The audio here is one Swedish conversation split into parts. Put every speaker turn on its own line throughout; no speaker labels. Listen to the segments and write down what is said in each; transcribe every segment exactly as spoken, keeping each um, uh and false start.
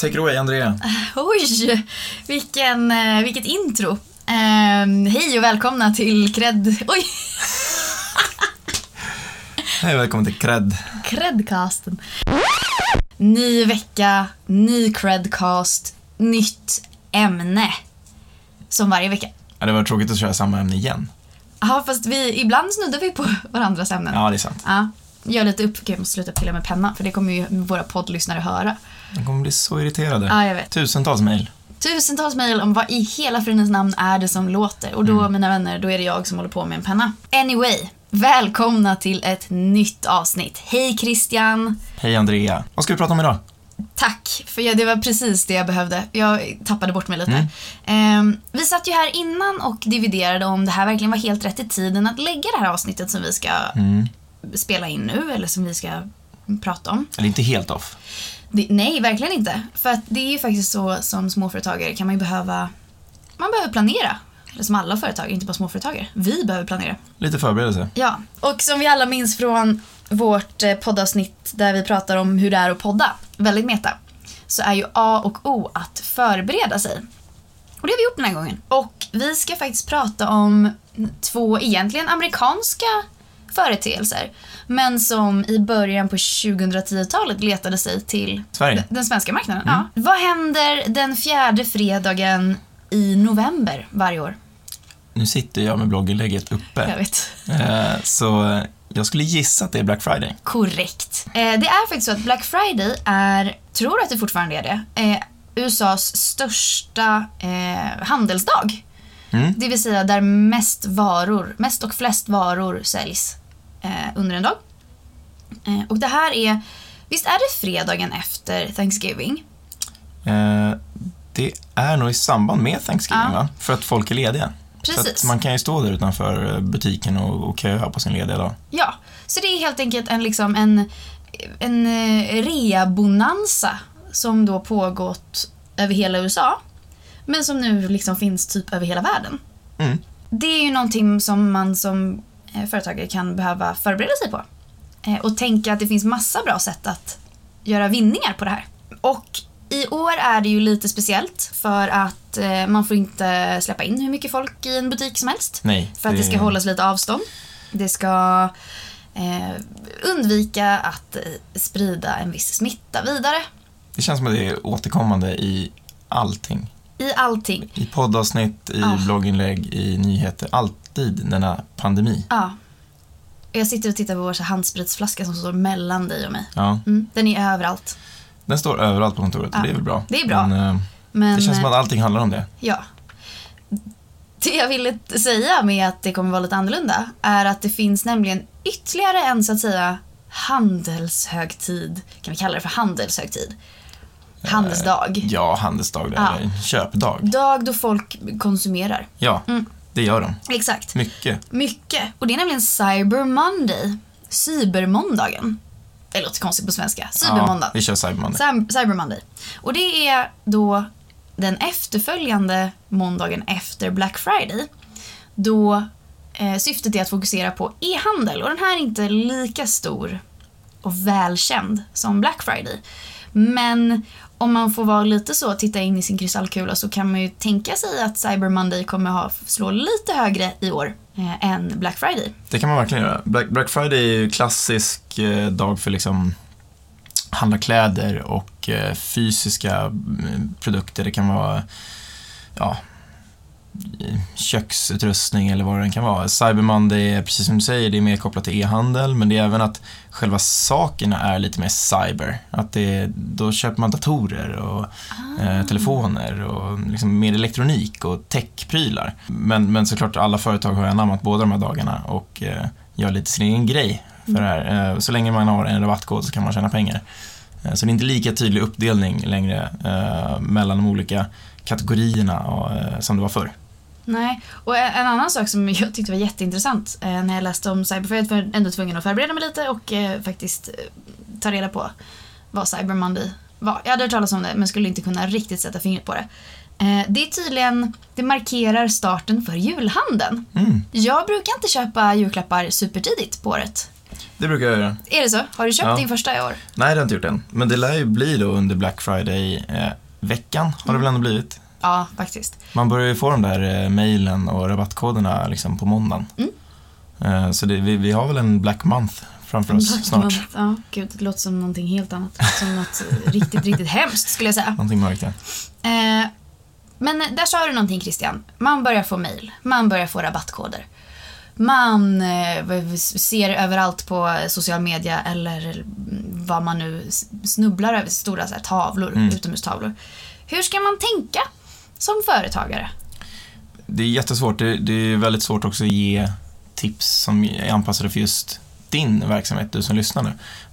Take it away, Andrea.
Oj, vilken, vilket intro. Um, hej och välkomna till Cred... Oj!
Hej och välkommen till Cred.
Credcasten. Ny vecka, ny Credcast, nytt ämne. Som varje vecka.
Ja, det var tråkigt att köra samma ämne igen.
Ja, fast vi, ibland snuddar vi på varandras ämnen.
Ja, det är sant.
Ja, gör lite upp, jag måste sluta pilla med penna. För det kommer ju våra poddlyssnare höra.
De kommer bli så irriterade.
Ja, jag vet.
Tusentals mejl.
Tusentals mejl om vad i hela fridens namn är det som låter. Och då, mm. mina vänner, då är det jag som håller på med en penna. Anyway, välkomna till ett nytt avsnitt. Hej Christian.
Hej Andrea. Vad ska vi prata om idag?
Tack, för jag, det var precis det jag behövde. Jag tappade bort mig lite. Mm. Um, vi satt ju här innan och dividerade om det här verkligen var helt rätt i tiden att lägga det här avsnittet som vi ska mm. spela in nu, eller som vi ska prata om.
Eller inte helt off.
Det, nej, verkligen inte. För att det är ju faktiskt så, som småföretagare kan man ju behöva, man behöver planera. Eller som alla företag, inte bara småföretagare. Vi behöver planera.
Lite förberedelse.
Ja, och som vi alla minns från vårt poddavsnitt där vi pratar om hur det är att podda, väldigt meta, så är ju A och O att förbereda sig. Och det har vi gjort den här gången. Och vi ska faktiskt prata om två egentligen amerikanska företeelser, men som i början på tjugohundratiotalet letade sig till
Sverige.
Den svenska marknaden. Mm. Ja. Vad händer den fjärde fredagen i november varje år?
Nu sitter jag med blogginlägget uppe.
Jag vet.
Eh, så jag skulle gissa att det är Black Friday.
Korrekt. Eh, det är faktiskt så att Black Friday är, tror att det fortfarande är det, eh, U S A:s största eh, handelsdag. Mm. Det vill säga där mest varor, mest och flest varor säljs eh, under en dag. Eh, och det här är, visst är det fredagen efter Thanksgiving?
Eh, det är nog i samband med Thanksgiving, ja. Va? För att folk är lediga.
Precis.
Så att man kan ju stå där utanför butiken och, och köa på sin lediga dag.
Ja, så det är helt enkelt en, liksom en, en rea-bonanza som då pågått över hela U S A. Men som nu liksom finns typ över hela världen. Mm. Det är ju någonting som man som eh, företagare kan behöva förbereda sig på. Eh, och tänka att det finns massa bra sätt att göra vinningar på det här. Och i år är det ju lite speciellt för att eh, man får inte släppa in hur mycket folk i en butik som helst.
Nej.
För att det, det ska hållas lite avstånd. Det ska eh, undvika att eh, sprida en viss smitta vidare.
Det känns som att det är återkommande i allting.
I allting.
I poddavsnitt, i
ah.
blogginlägg, i nyheter. Alltid denna pandemi.
Ja. Jag sitter och tittar på vår handspritsflaska som står mellan dig och mig.
Ja.
Mm, den är överallt.
Den står överallt på kontoret, ja. Det är väl bra.
Det är bra.
Men,
Men,
det känns som att allting handlar om det.
Ja. Det jag ville säga med att det kommer vara lite annorlunda är att det finns nämligen ytterligare en, så att säga, handelshögtid. Kan vi kalla det för handelshögtid? Handelsdag.
Eh, ja, handelsdag. Ja. Eller köpdag.
Dag då folk konsumerar.
Ja, mm. det gör de.
Exakt.
Mycket.
Mycket. Och det är nämligen Cyber Monday. Cybermåndagen. Det låter konstigt på svenska. Cybermåndag.
Ja, vi kör Cyber Monday.
Cyber Monday. Och det är då den efterföljande måndagen efter Black Friday. Då eh, syftet är att fokusera på e-handel. Och den här är inte lika stor och välkänd som Black Friday. Men om man får vara lite så, titta in i sin kristallkula, så kan man ju tänka sig att Cyber Monday kommer ha slå lite högre i år eh, än Black Friday. Det
kan man verkligen göra. Black, Black Friday är ju klassisk eh, dag för liksom handla kläder och eh, fysiska produkter. Det kan vara ja, köksutrustning eller vad det kan vara. Cyber Monday är, precis som du säger, det är mer kopplat till e-handel, men det är även att själva sakerna är lite mer cyber. Att det, då köper man datorer och ah. eh, telefoner och liksom mer elektronik och techprylar. Men, men såklart alla företag har anammat båda de här dagarna och eh, gör lite sin egen grej för det här. Eh, så länge man har en rabattkod så kan man tjäna pengar. Eh, så det är inte lika tydlig uppdelning längre eh, mellan de olika kategorierna och, eh, som det var förr.
Nej, och en annan sak som jag tyckte var jätteintressant eh, när jag läste om cyber, för jag var ändå tvungen att förbereda mig lite och eh, faktiskt eh, ta reda på vad Cyber Monday var. Jag hade hört talas om det, men skulle inte kunna riktigt sätta fingret på det. Eh, det är tydligen, det markerar starten för julhandeln. Mm. Jag brukar inte köpa julklappar supertidigt på året.
Det brukar jag göra.
Är det så? Har du köpt
Ja.
din första i år?
Nej, det har jag inte gjort än. Men det lär ju bli då under Black Friday-veckan, eh, har det väl ändå blivit.
Ja, faktiskt.
Man börjar ju få de där eh, mejlen och rabattkoderna liksom på måndagen.
Mm.
Eh, så det, vi, vi har väl en Black Month framför oss
Black
snart.
Month. Ja, gud, det låter som någonting helt annat. Som något riktigt, riktigt hemskt skulle jag säga.
Någonting mörkt, ja.
Eh, men där sa du någonting, Christian. Man börjar få mejl. Man börjar få rabattkoder. Man eh, ser överallt på social media eller vad man nu snubblar över, stora så här, tavlor,
Mm.
utomhustavlor. Hur ska man tänka som företagare?
Det är jättesvårt. Det, det är väldigt svårt också att ge tips som är anpassade för just din verksamhet, du som lyssnar nu.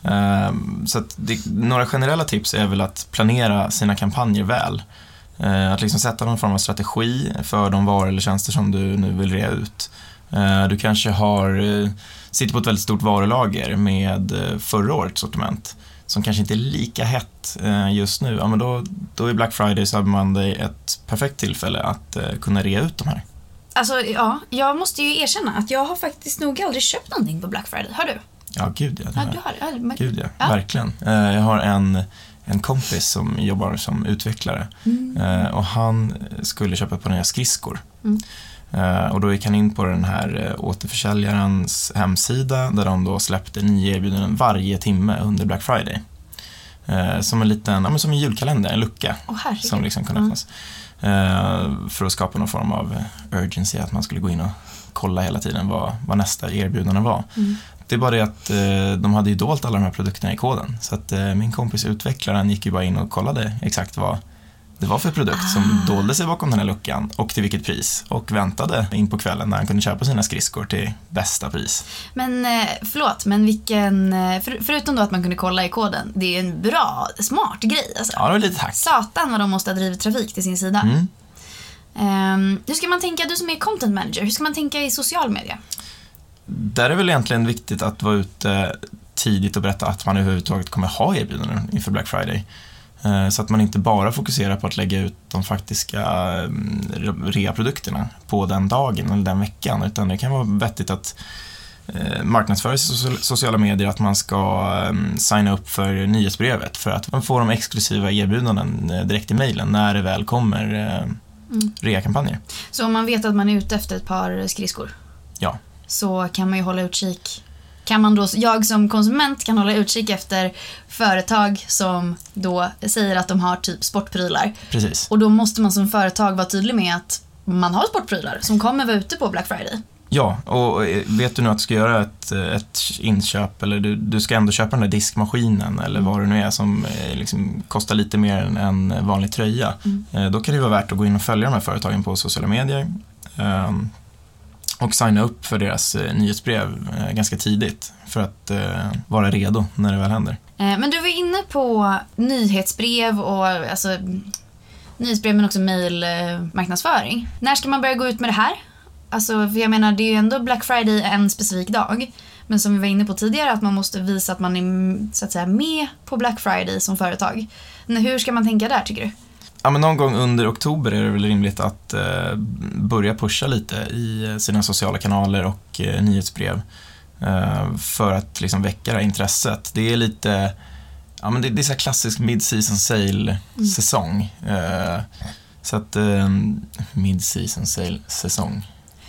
Uh, så att det, några generella tips är väl att planera sina kampanjer väl. Uh, att liksom sätta någon form av strategi för de varor eller tjänster som du nu vill rea ut. Uh, du kanske har, uh, sitter på ett väldigt stort varulager med uh, förra årets sortiment som kanske inte är lika hett uh, just nu. Ja, men då, då är Black Friday, Cyber Monday ett perfekt tillfälle att uh, kunna rea ut de här.
Alltså, ja, jag måste ju erkänna att jag har faktiskt nog aldrig köpt någonting på Black Friday. Har du?
Ja, gud ja. Det
Ja,
har
du
jag.
har det. Men...
Gud ja,
Ja.
verkligen. Eh, Jag har en, en kompis som jobbar som utvecklare.
Mm.
Eh, Och han skulle köpa på nya skridskor.
Mm.
Eh, Och då gick han in på den här eh, återförsäljarens hemsida där de då släppte nya erbjudanden varje timme under Black Friday. Eh, Som en liten, ja, men som en julkalender, en lucka
Åh, herregud.
som liksom kunde
Mm.
öppnas. Eh, För att skapa någon form av urgency, att man skulle gå in och kolla hela tiden vad, vad nästa erbjudande var.
Mm.
Det är bara det att eh, de hade ju dolt alla de här produkterna i koden. Så att eh, min kompis utvecklaren gick ju bara in och kollade exakt vad det var för produkt
Ah.
som dolde sig bakom den här luckan och till vilket pris. Och väntade in på kvällen när han kunde köpa sina skridskor till bästa pris.
Men eh, förlåt, men vilken... eh, För, förutom då att man kunde kolla i koden, det är en bra, smart grej. Alltså.
Ja, det var lite hack.
Satan vad de måste ha drivit trafik till sin sida.
Mm.
Ehm, hur ska man tänka, du som är content manager, hur ska man tänka i social media?
Där är väl egentligen viktigt att vara ute tidigt och berätta att man överhuvudtaget kommer ha erbjudanden inför Black Friday. Eh, Så att man inte bara fokuserar på att lägga ut de faktiska mm, rea-produkterna på den dagen eller den veckan, utan det kan vara vettigt att eh, marknadsföra i soci- sociala medier att man ska eh, signa upp för nyhetsbrevet för att man får de exklusiva erbjudanden eh, direkt i mejlen när det väl kommer eh,
Mm.
rea-kampanjer.
Så om man vet att man är ute efter ett par skridskor,
Ja.
så kan man ju hålla utkik. Kan man då, jag som konsument kan hålla utkik efter företag som då säger att de har typ sportprylar.
Precis.
Och då måste man som företag vara tydlig med att man har sportprylar som kommer vara ute på Black Friday.
Ja, och vet du nu att du ska göra ett, ett inköp eller du, du ska ändå köpa den där diskmaskinen eller vad det nu är som eh, liksom kostar lite mer än en vanlig tröja.
Mm.
Eh, Då kan det vara värt att gå in och följa de här företagen på sociala medier eh, och signa upp för deras eh, nyhetsbrev eh, ganska tidigt för att eh, vara redo när det väl händer.
Eh, Men du var inne på nyhetsbrev och alltså, nyhetsbrev men också mejlmarknadsföring. När ska man börja gå ut med det här? Alltså, för jag menar, det är ju ändå Black Friday en specifik dag. Men som vi var inne på tidigare, att man måste visa att man är så att säga med på Black Friday som företag. Men hur ska man tänka där, tycker du?
Ja, men någon gång under oktober är det väl rimligt att eh, börja pusha lite i sina sociala kanaler och eh, nyhetsbrev eh, för att liksom väcka det här intresset. Det är lite, ja men det, det är så här klassisk mid-season sale-säsong. Eh, så att eh, mid-season sale-säsong.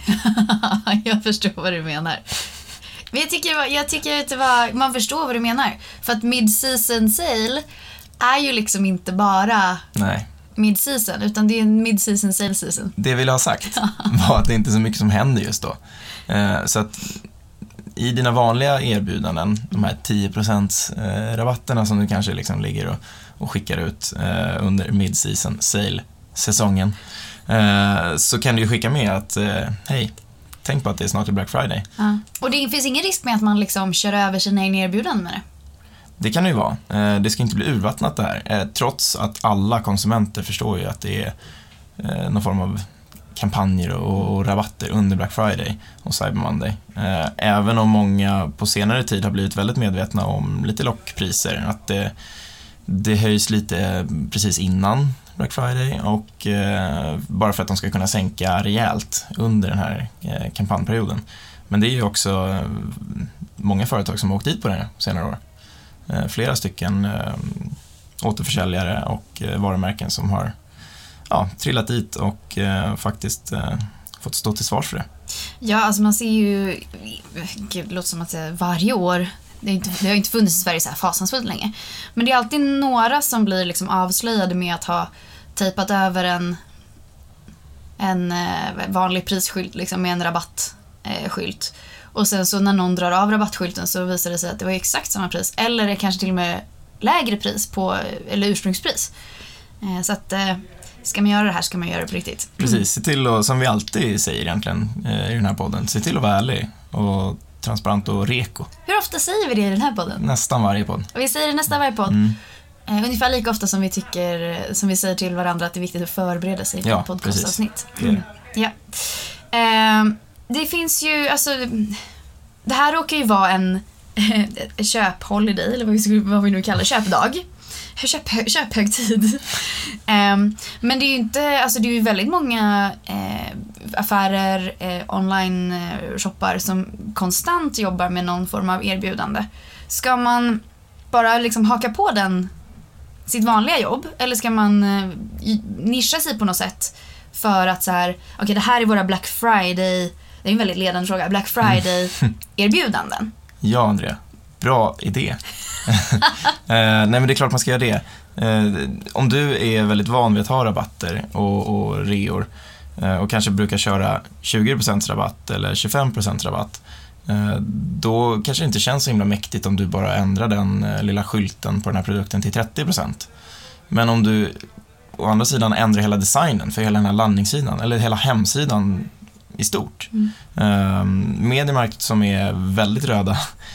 Jag förstår vad du menar. Men jag tycker, jag tycker att det var, man förstår vad du menar. För att mid-season sale är ju liksom inte bara
Nej,
mid-season, utan det är en mid-season sale season.
det vill jag ha sagt var att det inte är så mycket som händer just då. Eh, så att i dina vanliga erbjudanden, de här tio procent eh, rabatterna som du kanske liksom ligger och, och skickar ut eh, under mid-season sale-säsongen, eh, så kan du ju skicka med att eh, hej, tänk på att det är snart är Black Friday.
Ja. Och det finns ingen risk med att man liksom kör över sina egna erbjudanden med det.
Det kan det ju vara. Eh, det ska inte bli urvattnat det här. Eh, trots att alla konsumenter förstår ju att det är eh, någon form av kampanjer och, och rabatter under Black Friday och Cyber Monday. Eh, även om många på senare tid har blivit väldigt medvetna om lite lockpriser. Att det, det höjs lite precis innan Black Friday och eh, bara för att de ska kunna sänka rejält under den här eh, kampanjperioden. Men det är ju också många företag som har åkt dit på det senare år. Eh, flera stycken eh, återförsäljare och eh, varumärken som har ja, trillat dit och eh, faktiskt eh, fått stå till svars för det.
Ja, alltså man ser ju, gud, det låter som att säga varje år, det, är inte, det har inte funnits i Sverige så här fasansfullt länge. Men det är alltid några som blir liksom avslöjade med att ha tejpat över en, en eh, vanlig prisskylt liksom, med en rabattskylt. Eh, och sen så när någon drar av rabattskylten så visar det sig att det var exakt samma pris. Eller det kanske till och med lägre pris på, eller ursprungspris. Eh, så att eh, ska man göra det här ska man göra det på riktigt.
Precis, se till att, som vi alltid säger egentligen eh, i den här podden, se till att vara ärlig och transparent och reko.
Hur ofta säger vi det i den här podden?
Nästan varje podd.
Och vi säger det nästan varje podd. Mm. Eh, ungefär lika ofta som vi tycker, som vi säger till varandra att det är viktigt att förbereda sig på ja, ett podcastavsnitt. Mm. Ja. Eh, det finns ju, alltså, det här råkar ju vara en eh, köpholiday, eller vad vi, vad vi nu kallar köpdag. Köp, köphögtid. um, men det är ju inte, alltså det är ju väldigt många eh, affärer, eh, online-shoppar som konstant jobbar med någon form av erbjudande. Ska man bara liksom haka på den, sitt vanliga jobb, eller ska man eh, nischa sig på något sätt för att så här, okej, okay, det här är våra Black Friday, det är en väldigt ledande fråga, Black Friday-erbjudanden?
Ja, Andrea. Bra idé. eh, nej men det är klart man ska göra det. Eh, om du är väldigt van vid att ha rabatter och, och reor eh, och kanske brukar köra tjugo procent rabatt eller tjugofem procent rabatt, eh, då kanske det inte känns så himla mäktigt om du bara ändrar den eh, lilla skylten på den här produkten till trettio procent. Men om du å andra sidan ändrar hela designen för hela den här landningssidan eller hela hemsidan i stort. Mm. Eh, Mediemarkt som är väldigt röda,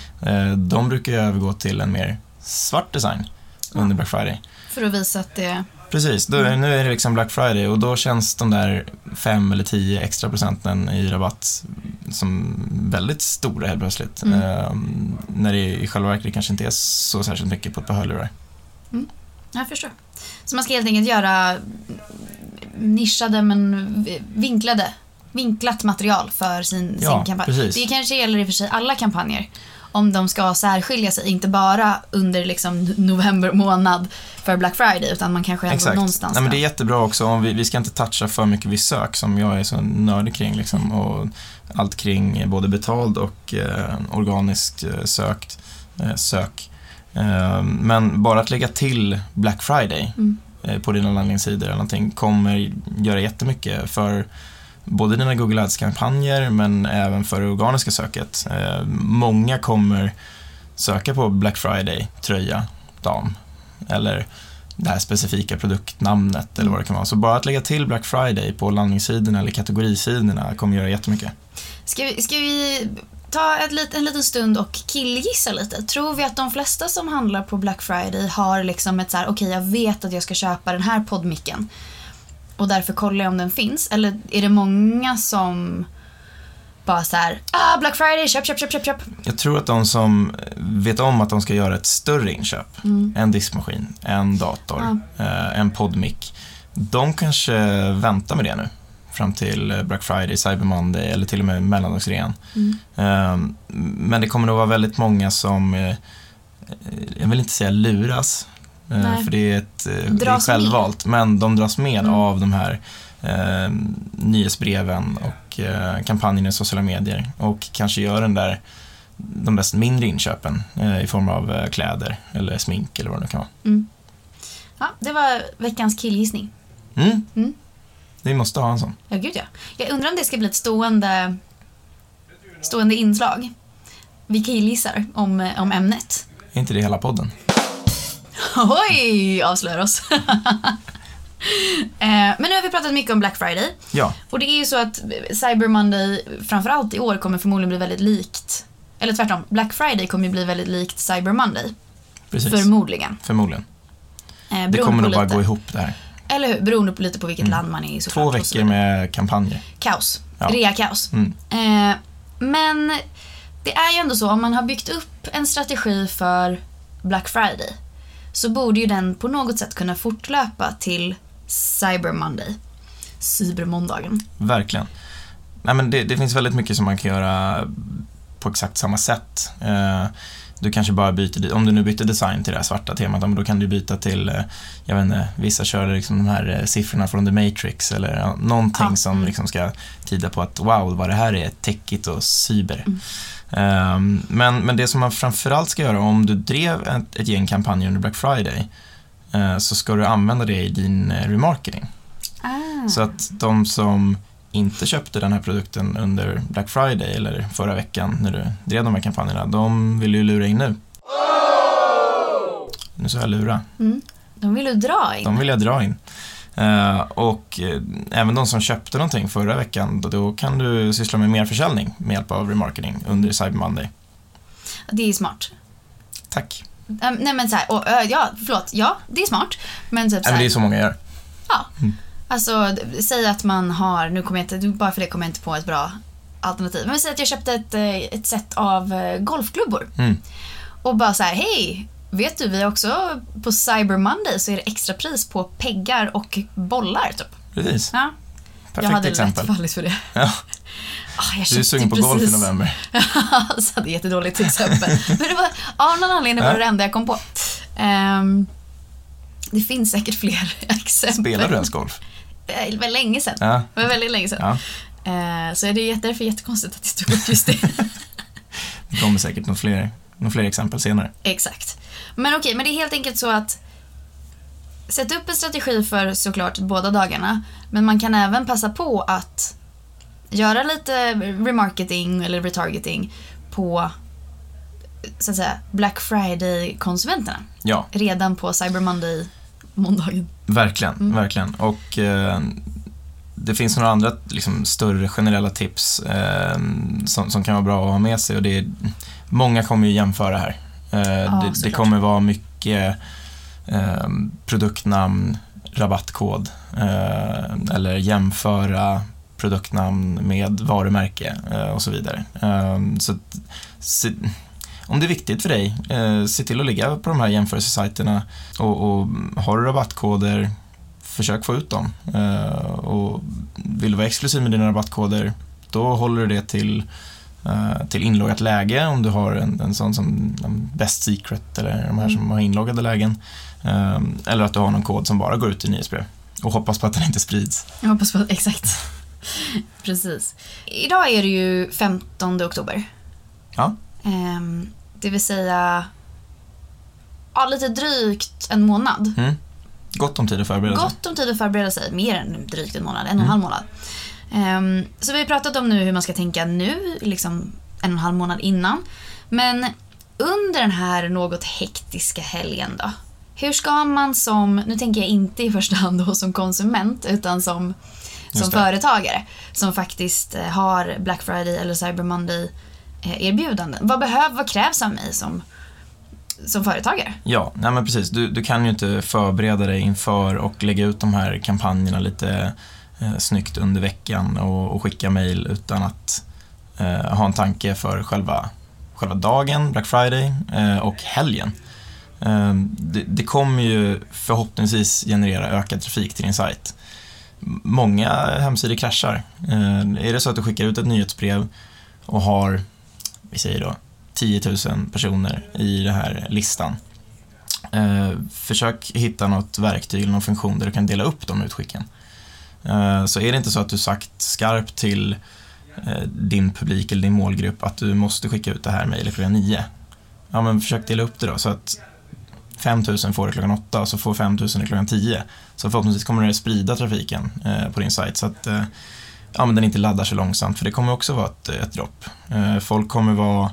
de brukar ju övergå till en mer svart design ja. under Black Friday.
För att visa att det...
Precis, då, mm. nu är det liksom Black Friday och då känns de där fem eller tio extra procenten i rabatt som väldigt stora helt plötsligt. Mm. Eh, när det i själva verket kanske inte är så särskilt mycket på ett par hörlurar.
Mm. Jag förstår. Så man ska helt enkelt göra nischade men vinklade, vinklat material för sin,
ja,
sin kampanj.
Precis.
Det kanske gäller i och för sig alla kampanjer. Om de ska särskilja sig, inte bara under liksom november månad för Black Friday, utan man kanske ändå någonstans.
Nej, men det är jättebra också. Om vi, vi ska inte toucha för mycket vid sök som jag är så nördig kring. Liksom, och allt kring både betald och eh, organiskt eh, sökt, eh, sök. Eh, men bara att lägga till Black Friday mm. eh, på dina landningssidor eller någonting kommer göra jättemycket för både dina Google Ads-kampanjer men även för det organiska söket. Eh, många kommer söka på Black Friday, tröja, dam eller det här specifika produktnamnet eller vad det kan vara. Så bara att lägga till Black Friday på landningssidorna eller kategorisidorna kommer göra jättemycket.
Ska vi, ska vi ta ett lit, en liten stund och killgissa lite? Tror vi att de flesta som handlar på Black Friday har liksom ett så här, okej, okay, jag vet att jag ska köpa den här poddmicken och därför kollar jag om den finns? Eller är det många som bara så här, ah, Black Friday, köp, köp, köp, köp, köp?
Jag tror att de som vet om att de ska göra ett större inköp, mm. en diskmaskin, en dator, ja. eh, en poddmick, de kanske väntar med det nu fram till Black Friday, Cyber Monday eller till och med mellandagsrean. Mm. Eh, men det kommer nog vara väldigt många som, eh, jag vill inte säga luras, Nej. För det är, ett, det är självvalt, men de dras med mm. av de här eh, nyhetsbreven och eh, kampanjerna i sociala medier och kanske gör den där de mest mindre inköpen eh, i form av eh, kläder eller smink eller vad det nu kan vara.
Mm. Ja, det var veckans killgissning.
Mm. Mm. Vi måste ha en sån.
Ja, gud ja. Jag undrar om det ska bli ett stående stående inslag. Vi killgissar om, om ämnet.
Är inte det hela podden?
Oj, avslöjar oss. Men nu har vi pratat mycket om Black Friday.
Ja.
Och det är ju så att Cyber Monday framförallt i år kommer förmodligen bli väldigt likt. Eller tvärtom, Black Friday kommer ju bli väldigt likt Cyber Monday.
Precis.
Förmodligen.
Förmodligen. Eh, det kommer nog bara gå ihop det här.
Eller hur, beroende på lite på vilket mm. land man är i.
Två veckor med kampanjer.
Kaos. Ja. Rea-kaos. Mm. Eh, men det är ju ändå så, om man har byggt upp en strategi för Black Friday så borde ju den på något sätt kunna fortlöpa till Cyber Monday. Cybermåndagen.
Verkligen. Nej, men det, det finns väldigt mycket som man kan göra på exakt samma sätt. Eh, du kanske bara byter, om du nu byter design till det här svarta temat, då kan du byta till, eh, jag vet inte, vissa kör liksom de här eh, siffrorna från The Matrix eller ja, någonting ja. som liksom ska tyda på att wow, vad det här är techigt och cyber. Mm. Um, men, men det som man framförallt ska göra om du drev ett, ett gäng kampanjer under Black Friday, uh, så ska du använda det i din uh, remarketing. Ah. Så att de som inte köpte den här produkten under Black Friday eller förra veckan när du drev de här kampanjerna, de vill ju lura in nu. Oh! Nu så jag lura.
Mm. De vill ju dra in.
De vill jag dra in. Uh, och uh, även de som köpte någonting förra veckan, då, då kan du syssla med mer försäljning med hjälp av remarketing under Cyber Monday.
Det är smart.
Tack.
Um, nej men så här, och, uh, ja, förlåt, ja, det är smart. Men typ så här,
men det är så många gör.
Ja, mm. Alltså säg att man har, nu kommer jag inte, bara för det kommer jag inte på ett bra alternativ. Men säg att jag köpte ett, ett set av golfklubbor. Mm. Och bara så här, hej, vet du, vi har också på Cyber Monday så är det extra pris på peggar och bollar typ.
Precis.
Ja.
Perfekt
jag hade
exempel.
Lätt fallit för det.
Ja.
Oh, jag
du är sugen på precis golf i november.
Så det är ett jättedåligt exempel. Men det var, av någon anledning var det det enda jag kom på. Um, det finns säkert fler exempel.
Spelar du ens golf?
Det var väldigt länge sedan.
Ja.
Det var väldigt länge sedan.
Ja.
Uh, så det är därför jättekonstigt att det stod upp just det.
Det kommer säkert några fler, några fler exempel senare.
Exakt. Men okej, men det är helt enkelt så att sätta upp en strategi för såklart båda dagarna, men man kan även passa på att göra lite remarketing eller retargeting på så att säga Black Friday-konsumenterna.
Ja.
Redan på Cyber Monday måndagen.
Verkligen, mm. verkligen. Och eh, det finns några andra liksom, större generella tips eh, som, som kan vara bra att ha med sig, och det är, många kommer ju jämföra här. Eh, ja, det, det kommer vara mycket eh, produktnamn, rabattkod eh, eller jämföra produktnamn med varumärke eh, och så vidare. Eh, så se, om det är viktigt för dig, eh, se till att ligga på de här jämförelsesajterna, och, och har du rabattkoder, försök få ut dem. Eh, och vill du vara exklusiv med dina rabattkoder, då håller du det till till inloggat läge, om du har en, en sån som Best Secret eller de här som har inloggade lägen, um, eller att du har någon kod som bara går ut i nyhetsbrev, och hoppas på att den inte sprids.
Jag hoppas på att, exakt. Precis. Idag är det ju femtonde oktober.
Ja.
Um, det vill säga ja, lite drygt en månad.
Mm. Gott om tid att förbereda sig.
Gott om tid att förbereda sig, mer än drygt en månad, en och en halv månad. Um, så vi har pratat om nu hur man ska tänka nu, liksom en och en halv månad innan. Men under den här något hektiska helgen då, hur ska man som, nu tänker jag inte i första hand då som konsument, utan som, som företagare som faktiskt har Black Friday eller Cyber Monday erbjudanden. Vad behöver, vad krävs av mig som, som företagare? Ja,
nej men precis. Du, du kan ju inte förbereda dig inför och lägga ut de här kampanjerna lite Eh, snyggt under veckan och, och skicka mejl utan att eh, ha en tanke för själva, själva dagen, Black Friday, eh, och helgen. Eh, det, det kommer ju förhoppningsvis generera ökad trafik till din sajt. Många hemsidor kraschar. Eh, är det så att du skickar ut ett nyhetsbrev och har, vi säger då, tio tusen personer i den här listan, eh, försök hitta något verktyg, någon funktion där du kan dela upp de utskicken. Så är det inte så att du sagt skarpt till din publik eller din målgrupp att du måste skicka ut det här mejlet klockan nio. Ja, men försök dela upp det då så att fem tusen får det klockan åtta och så får fem tusen det klockan tio. Så förhoppningsvis kommer det sprida trafiken på din sajt så att ja, men den inte laddar så långsamt, för det kommer också vara ett, ett dropp. Folk kommer vara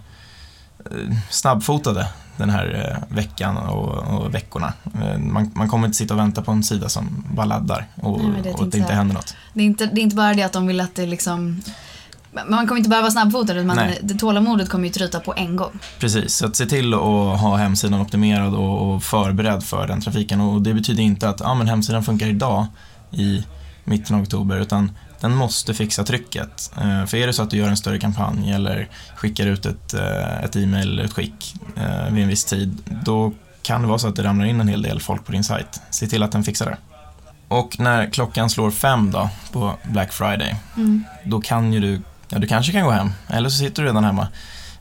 snabbfotade den här veckan och, och veckorna. Man, man kommer inte sitta och vänta på en sida som bara laddar och, Nej, det, och det inte händer något.
Det är inte, det är inte bara det att de vill att det liksom... Man kommer inte bara vara snabbfotad, men det tålamodet kommer ju tryta på en gång.
Precis, så att se till att ha hemsidan optimerad och, och förberedd för den trafiken. Och det betyder inte att ah, men hemsidan funkar idag i mitten av oktober, utan den måste fixa trycket. För är det så att du gör en större kampanj eller skickar ut ett, ett e-mail, ett skick vid en viss tid, då kan det vara så att det ramlar in en hel del folk på din sajt. Se till att den fixar det. Och när klockan slår fem då på Black Friday, mm. då kan ju du, ja, du kanske kan gå hem, eller så sitter du redan hemma.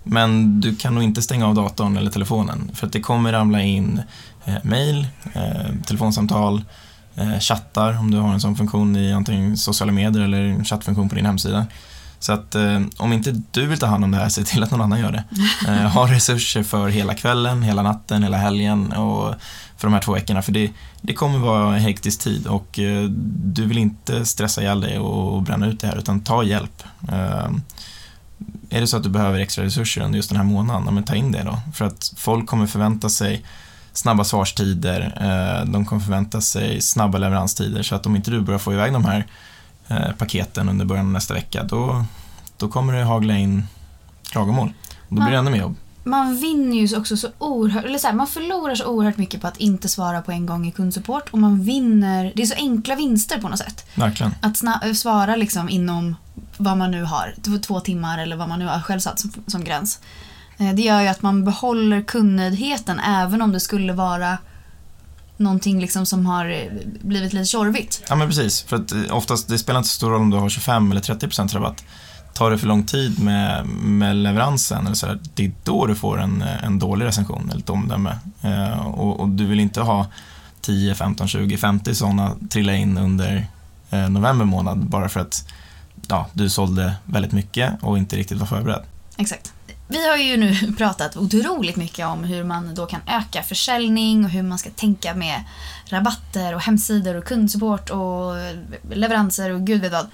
Men du kan nog inte stänga av datorn eller telefonen, för att det kommer ramla in eh, mail, eh, telefonsamtal, eh, chattar om du har en sån funktion i antingen sociala medier eller en chattfunktion på din hemsida. Så att eh, om inte du vill ta hand om det här, se till att någon annan gör det. Eh, ha resurser för hela kvällen, hela natten, hela helgen och för de här två veckorna. För det, det kommer vara en hektisk tid och eh, du vill inte stressa ihjäl dig och, och bränna ut det här, utan ta hjälp. Eh, är det så att du behöver extra resurser under just den här månaden, ja, men ta in det då. För att folk kommer förvänta sig snabba svarstider, eh, de kommer förvänta sig snabba leveranstider. Så att om inte du börjar få iväg de här eh, paketen under början av nästa vecka, då, då kommer det hagla in klagomål. Och då blir det ännu mer jobb.
Man vinner ju också så oerhört, eller så här, man förlorar så oerhört mycket på att inte svara på en gång i kundsupport, och man vinner, det är så enkla vinster på något sätt.
Verkligen.
Att sna- svara liksom inom vad man nu har, två timmar eller vad man nu har själv satt som, som gräns. Eh, det gör ju att man behåller kundnöjdheten även om det skulle vara någonting liksom som har blivit lite tjorvigt.
Ja, men precis, för att oftast det spelar inte så stor roll om du har tjugofem eller trettio procent rabatt. Tar det för lång tid med, med leveransen eller så där, det är då du får en, en dålig recension eller ett omdöme. Eh, och, och du vill inte ha tio, femton, tjugo, femtio sådana trilla in under eh, november månad bara för att ja, du sålde väldigt mycket och inte riktigt var förberedd.
Exakt. Vi har ju nu pratat otroligt mycket om hur man då kan öka försäljning och hur man ska tänka med rabatter och hemsidor och kundsupport och leveranser och gud vet vad.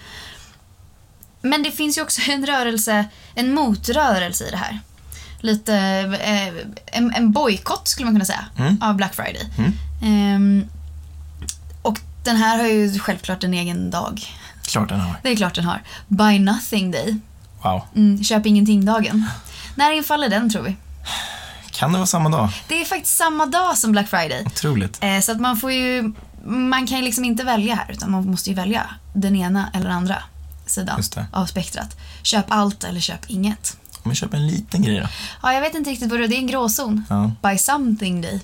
Men det finns ju också en rörelse, en motrörelse i det här. Lite eh, en, en bojkott skulle man kunna säga
mm.
av Black Friday.
Mm.
Ehm, och den här har ju självklart en egen dag.
Klart den har.
Det är klart den har. Buy Nothing Day.
Wow.
Mm, köp ingenting-dagen. När infaller den, tror vi?
Kan det vara samma dag?
Det är faktiskt samma dag som Black Friday.
Otroligt.
Eh, så att man får ju, man kan ju liksom inte välja här, utan man måste ju välja den ena eller andra sidan av spektrat. Köp allt eller köp inget.
Om vi köper en liten grej då?
Ja, jag vet inte riktigt vad det är. Det är en gråzon.
Ja.
Buy something day.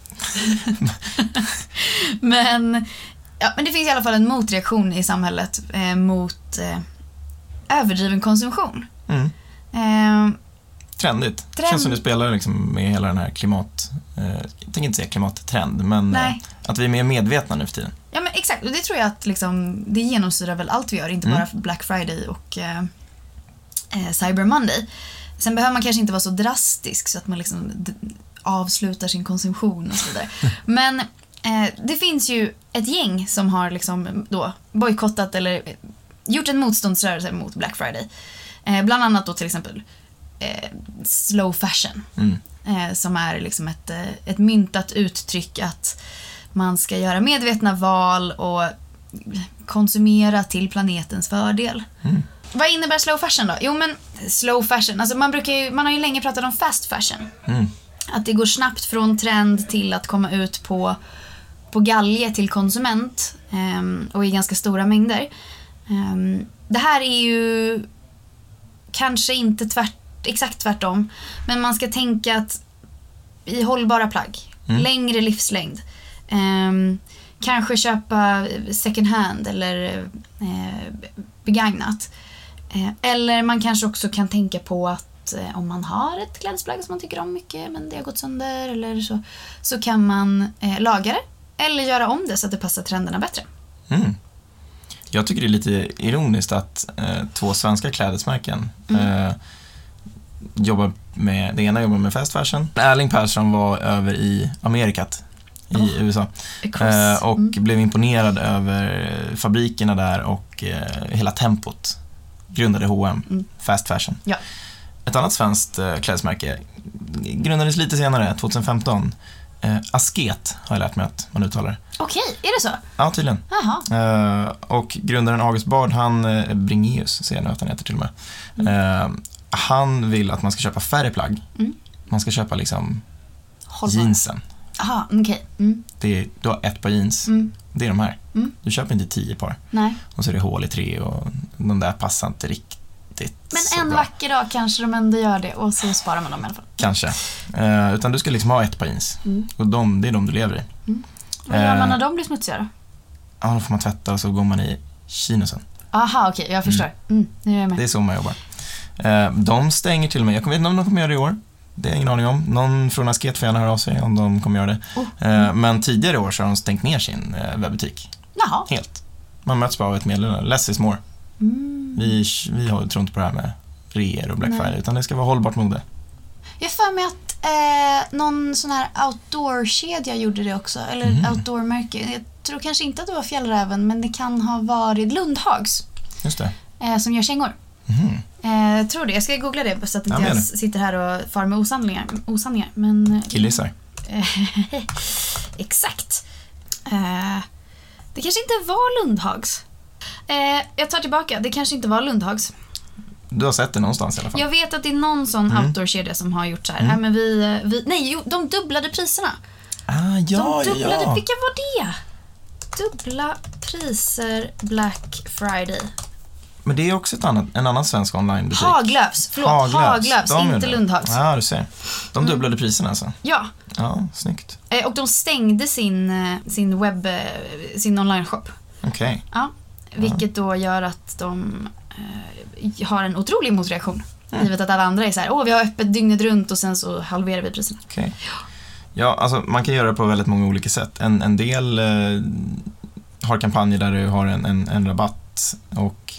men, ja, men det finns i alla fall en motreaktion i samhället eh, mot eh, överdriven konsumtion.
Mm.
Eh,
Trendigt. Det
Trend.
känns som det spelar liksom med hela den här klimat... Eh, jag tänker inte säga klimattrend, men eh, att vi är mer medvetna nu för tiden.
Ja, men exakt. Och det tror jag att liksom, det genomsyrar väl allt vi gör. Inte
mm.
bara för Black Friday och eh, eh, Cyber Monday. Sen behöver man kanske inte vara så drastisk så att man liksom d- avslutar sin konsumtion och så vidare. Men eh, det finns ju ett gäng som har liksom då bojkottat eller gjort en motståndsrörelse mot Black Friday. Eh, bland annat då till exempel eh, slow fashion.
Mm.
Eh, som är liksom ett, eh, ett myntat uttryck att man ska göra medvetna val och konsumera till planetens fördel.
Mm.
Vad innebär slow fashion då? Jo, men slow fashion, alltså man brukar ju, man har ju länge pratat om fast fashion.
Mm.
Att det går snabbt från trend till att komma ut på, på galge till konsument um, och i ganska stora mängder. Um, det här är ju kanske inte tvärt, exakt tvärtom, men man ska tänka att i hållbara plagg, mm. längre livslängd, um, kanske köpa second hand eller eh, begagnat. Eh, eller man kanske också kan tänka på att eh, om man har ett klädesplagg som man tycker om mycket men det har gått sönder eller så, så kan man eh, laga det eller göra om det så att det passar trenderna bättre.
Mm. Jag tycker det är lite ironiskt att eh, två svenska klädesmärken mm. eh, jobbar med, det ena jobbar med fast fashion. Erling Persson var över i Amerikat i oh, U S A eh, och mm. blev imponerad över fabrikerna där och eh, hela tempot. Grundade H och M, mm. fast fashion.
Ja.
Ett annat svenskt eh, klädesmärke grundades lite senare, tjugohundrafemton. Eh, Asket har jag lärt mig att man uttalar.
Okej, är det så?
Ja, tydligen. Eh, och grundaren August Bard, han eh, Bringeus, ser jag nu att han heter till och med. Mm. Eh, han vill att man ska köpa färre plagg. Mm. Man ska köpa liksom Hållbar. jeansen.
Aha, okej. Okay. Mm.
Det, du har ett par jeans. Mm. Det är de här. Mm. Du köper inte tio par.
Nej.
Och så är det hål i tre och de där passar inte riktigt.
Men en bra. vacker dag kanske de ändå gör det och så sparar man dem i alla fall.
Kanske. Eh, utan du ska liksom ha ett par jeans. Mm. Och de, det är de du lever i.
Mm. Vad gör man när de blir smutsiga då?
Ja, då får man tvätta och så går man i kinusen.
Aha, okej, okay, jag förstår. Mm. Mm, nu är jag med.
Det är så man jobbar. Eh, de stänger till och med, jag vet inte om de kommer göra det i år. Det är ingen aning om. Någon från Asket får gärna höra av sig om de kommer göra det. Oh. Eh, men tidigare år så har de stängt ner sin eh, webbutik.
Jaha.
Helt. Man möts bara av ett meddelande. Less is more.
Mm.
Vi, vi har, tror inte på det här med reor och Black
Nej.
Friday, utan det ska vara hållbart mode.
Jag för mig att eh, någon sån här outdoor-kedja gjorde det också. Eller
Mm.
outdoor-märke. Jag tror kanske inte att det var Fjällräven, men det kan ha varit Lundhags.
Just det.
Eh, som gör kängor.
Mm.
Eh, jag tror det. Jag ska googla det så att inte
Ja,
jag
det.
sitter här och far med osanningar. osanningar. Men,
Killgissar.
Exakt. Eh, det kanske inte var Lundhags. Eh, jag tar tillbaka. Det kanske inte var Lundhags.
Du har sett det någonstans i alla fall.
Jag vet att det är någon sån
Mm.
outdoor-kedja som har gjort så här.
Mm.
Nej, men vi, vi, nej, jo, de dubblade priserna.
Ah, ja,
De dubblade,
ja.
vilka var det? Dubbla priser Black Friday.
Men det är också ett annat, en annan svensk online-butik.
Haglöfs, förlåt, Haglöfs, Haglöfs
De
inte
gjorde det.
Lundhags.
Ja, du ser. De dubblade priserna alltså.
Ja,
Ja, snyggt.
eh, och de stängde sin, eh, sin webb, eh, sin online-shop.
Okej.
Ja, vilket då gör att de eh, har en otrolig motreaktion.
Mm.
Givet att alla andra är så här, åh, vi har öppet dygnet runt och sen så halverar vi priserna.
Okej. Ja, alltså man kan göra det på väldigt många olika sätt. En, en del eh, har kampanjer där du har en, en, en rabatt och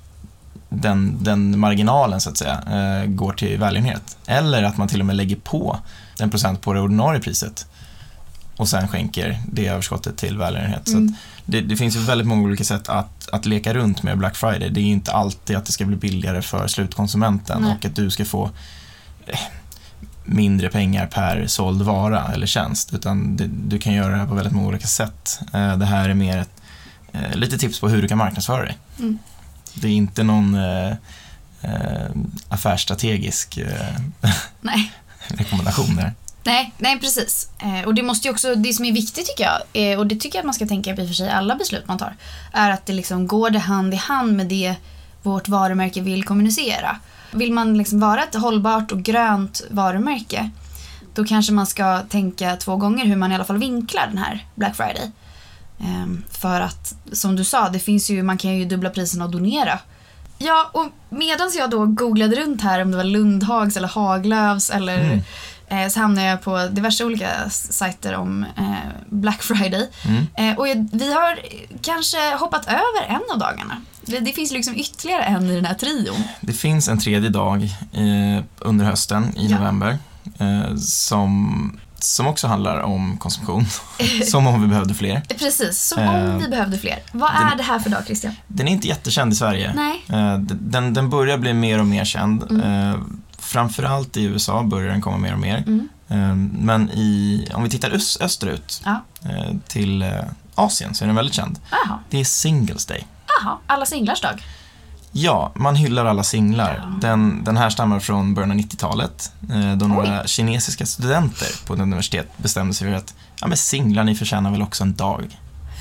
den, den marginalen så att säga eh, går till välgörenhet. Eller att man till och med lägger på en procent på det ordinarie priset och sen skänker det överskottet till välgörenhet.
Mm.
Så att det, det finns ju väldigt många olika sätt att, att leka runt med Black Friday. Det är inte alltid att det ska bli billigare för slutkonsumenten.
Nej.
Och att du ska få eh, mindre pengar per såld vara eller tjänst, utan det, du kan göra det här på väldigt många olika sätt. Eh, det här är mer ett, eh, lite tips på hur du kan marknadsföra dig.
Mm.
Det är inte någon eh, eh, affärsstrategisk eh,
Nej.
rekommendation där.
Nej, nej precis. Eh, och det måste ju också, det som är viktigt tycker jag, eh, och det tycker jag att man ska tänka på i och för sig alla beslut man tar, är att det liksom går det hand i hand med det vårt varumärke vill kommunicera. Vill man liksom vara ett hållbart och grönt varumärke, då kanske man ska tänka två gånger hur man i alla fall vinklar den här Black Friday. Eh, för att, som du sa, det finns ju, man kan ju dubbla priserna och donera. Ja, och medan jag då googlade runt här om det var Lundhags eller Haglöfs eller
Mm.
eh, så hamnade jag på diverse olika sajter om eh, Black Friday.
Mm.
Eh, och jag, vi har kanske hoppat över en av dagarna. Det, det finns liksom ytterligare en i den här trion.
Det finns en tredje dag eh, under hösten i
Ja.
november eh, som, som också handlar om konsumtion. Som om vi behövde fler.
Precis, som
Eh,
om vi behövde fler. Vad är
den-
det här för dag, Christian?
Den är inte jättekänd i Sverige.
Nej.
Eh, den, den börjar bli mer och mer känd.
Mm.
Eh, framförallt i U S A börjar den komma mer och mer.
Mm.
Eh, men i, om vi tittar öst, österut
Ja.
eh, till eh, Asien så är den väldigt känd.
Jaha.
Det är Singles Day.
Jaha, alla singlars dag.
Ja, man hyllar alla singlar.
Ja.
Den, den här stammar från början av nittiotalet eh, då
Oj.
några kinesiska studenter på ett universitet bestämde sig för att ja, men singlar, ni förtjänar väl också en dag.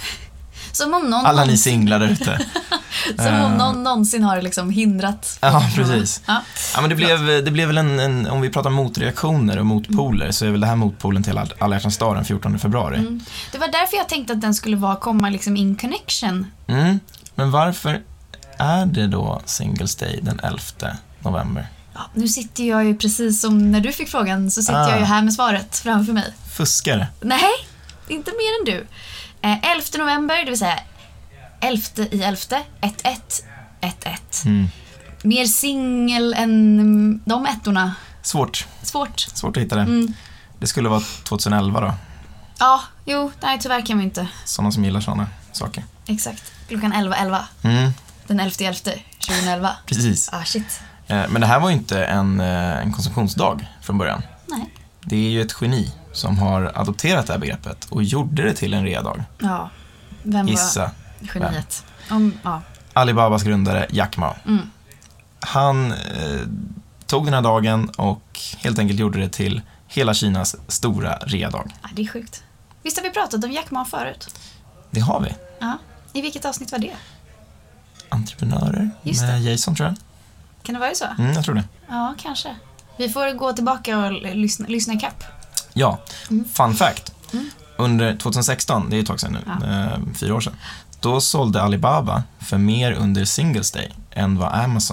Som om någon,
Alla ni
någonsin,
singlar där ute.
som om
Eh,
någon någonsin har liksom hindrat.
Ja, precis.
Ja.
Ja, men det blev, det blev väl en, en, om vi pratar motreaktioner och motpoler så är väl det här motpolen till all- alla hjärtans dag den fjortonde februari.
Mm. Det var därför jag tänkte att den skulle vara komma liksom in connection.
Mm. Men varför är det då Singles Day den elfte november?
Ja, nu sitter jag ju precis som när du fick frågan så sitter
Ah.
jag ju här med svaret framför mig.
Fuskare.
Nej, inte mer än du. Eh, elfte november, det vill säga elfte i elfte, ett ett, ett ett.
Mm.
Mer singel än de ettorna.
Svårt.
Svårt.
Svårt att hitta det.
Mm.
Det skulle vara tjugoelva då.
Ja, jo, nej tyvärr kan vi inte.
Sådana som gillar sådana saker.
Exakt. Klockan elva elva.
Mm.
Den elfte elfte tjugoelva.
Precis.
Ah, shit.
Eh, Men det här var ju inte en, eh, en konsumtionsdag från början.
Nej.
Det är ju ett geni som har adopterat det här begreppet och gjorde det till en readag.
Ja. Vem
Gissa.
var geniet? Om, ja.
Alibabas grundare Jack Ma.
Mm.
Han eh, tog den här dagen och helt enkelt gjorde det till hela Kinas stora readag.
Ja, det är sjukt. Visst har vi pratat om Jack Ma förut?
Det har vi.
Ja. I vilket avsnitt var det?
Entreprenörer
Just det.
med Jason, tror jag.
Kan det vara så?
Mm, jag tror det.
Ja, kanske. Vi får gå tillbaka och l- lyssna, lyssna i kapp.
Ja,
Mm.
fun fact.
Mm.
Under tjugohundrasexton, det är ett tag sedan nu,
Ja.
eh, fyra år sedan, då sålde Alibaba för mer under Singles Day än vad Amazon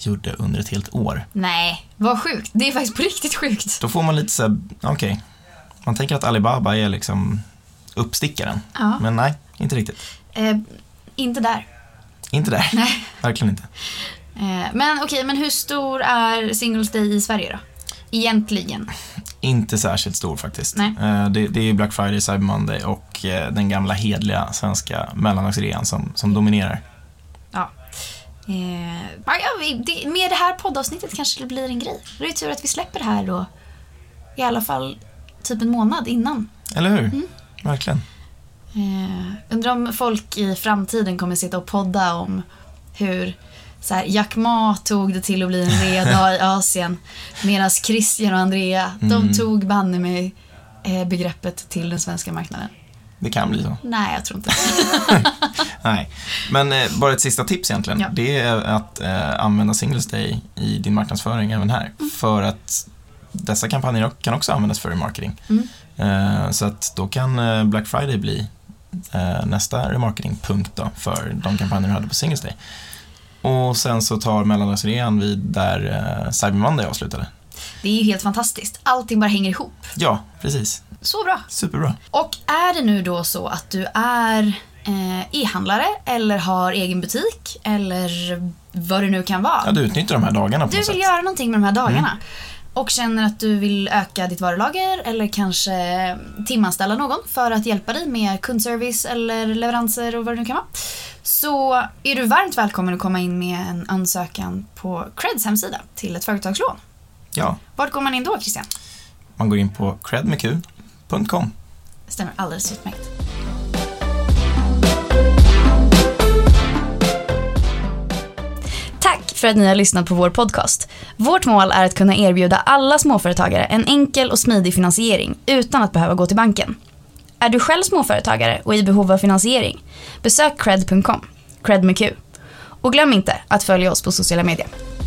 gjorde under ett helt år.
Nej, vad sjukt. Det är faktiskt på riktigt sjukt.
Då får man lite så här, okej. Okay. Man tänker att Alibaba är liksom uppstickaren.
Ja.
Men nej, inte riktigt.
Eh, inte där.
Inte där.
Nej.
Verkligen inte.
Eh, men okej, okay, men hur stor är Singles Day i Sverige då? Egentligen.
Inte särskilt stor faktiskt.
Nej.
Eh, det, det är Black Friday, Cyber Monday och eh, den gamla hedliga svenska mellandagsrean som, som dominerar.
Ja. Eh, ja det, med det här poddavsnittet kanske det blir en grej. Det är tur att vi släpper det här då. I alla fall typ en månad innan.
Eller hur?
Mm.
Verkligen.
Eh, undrar om folk i framtiden kommer sitta och podda om hur så här, Jack Ma tog det till att bli en rea i Asien medan Christian och Andrea mm. de tog banne med eh, begreppet till den svenska marknaden.
Det kan bli så.
Nej, jag tror inte.
Nej, men eh, bara ett sista tips egentligen.
Ja.
Det är att eh, använda Singles Day i din marknadsföring även här. Mm. För att dessa kampanjer kan också användas för remarketing. Mm. Eh, så att då kan eh, Black Friday bli eh, nästa remarketing-punkt då för de kampanjer du hade på Singles Day. Och sen så tar mellandagsrean vid där eh, Cyber Monday avslutade.
Det är ju helt fantastiskt. Allting bara hänger ihop.
Ja, precis.
Så bra.
Superbra.
Och är det nu då så att du är eh, e-handlare eller har egen butik eller vad det nu kan vara.
Ja, du utnyttjar de här dagarna på
Du vill
sätt.
göra någonting med de här dagarna.
Mm.
Och känner att du vill öka ditt varulager eller kanske timanställa någon för att hjälpa dig med kundservice eller leveranser och vad det nu kan vara. Så är du varmt välkommen att komma in med en ansökan på Creds hemsida till ett företagslån.
Ja.
Vart går man in då, Christian?
Man går in på cred med q punkt com.
Stämmer alldeles utmärkt. Tack för att ni har lyssnat på vår podcast. Vårt mål är att kunna erbjuda alla småföretagare en enkel och smidig finansiering utan att behöva gå till banken. Är du själv småföretagare och i behov av finansiering? Besök cred punkt com, cred med Q. Och glöm inte att följa oss på sociala medier.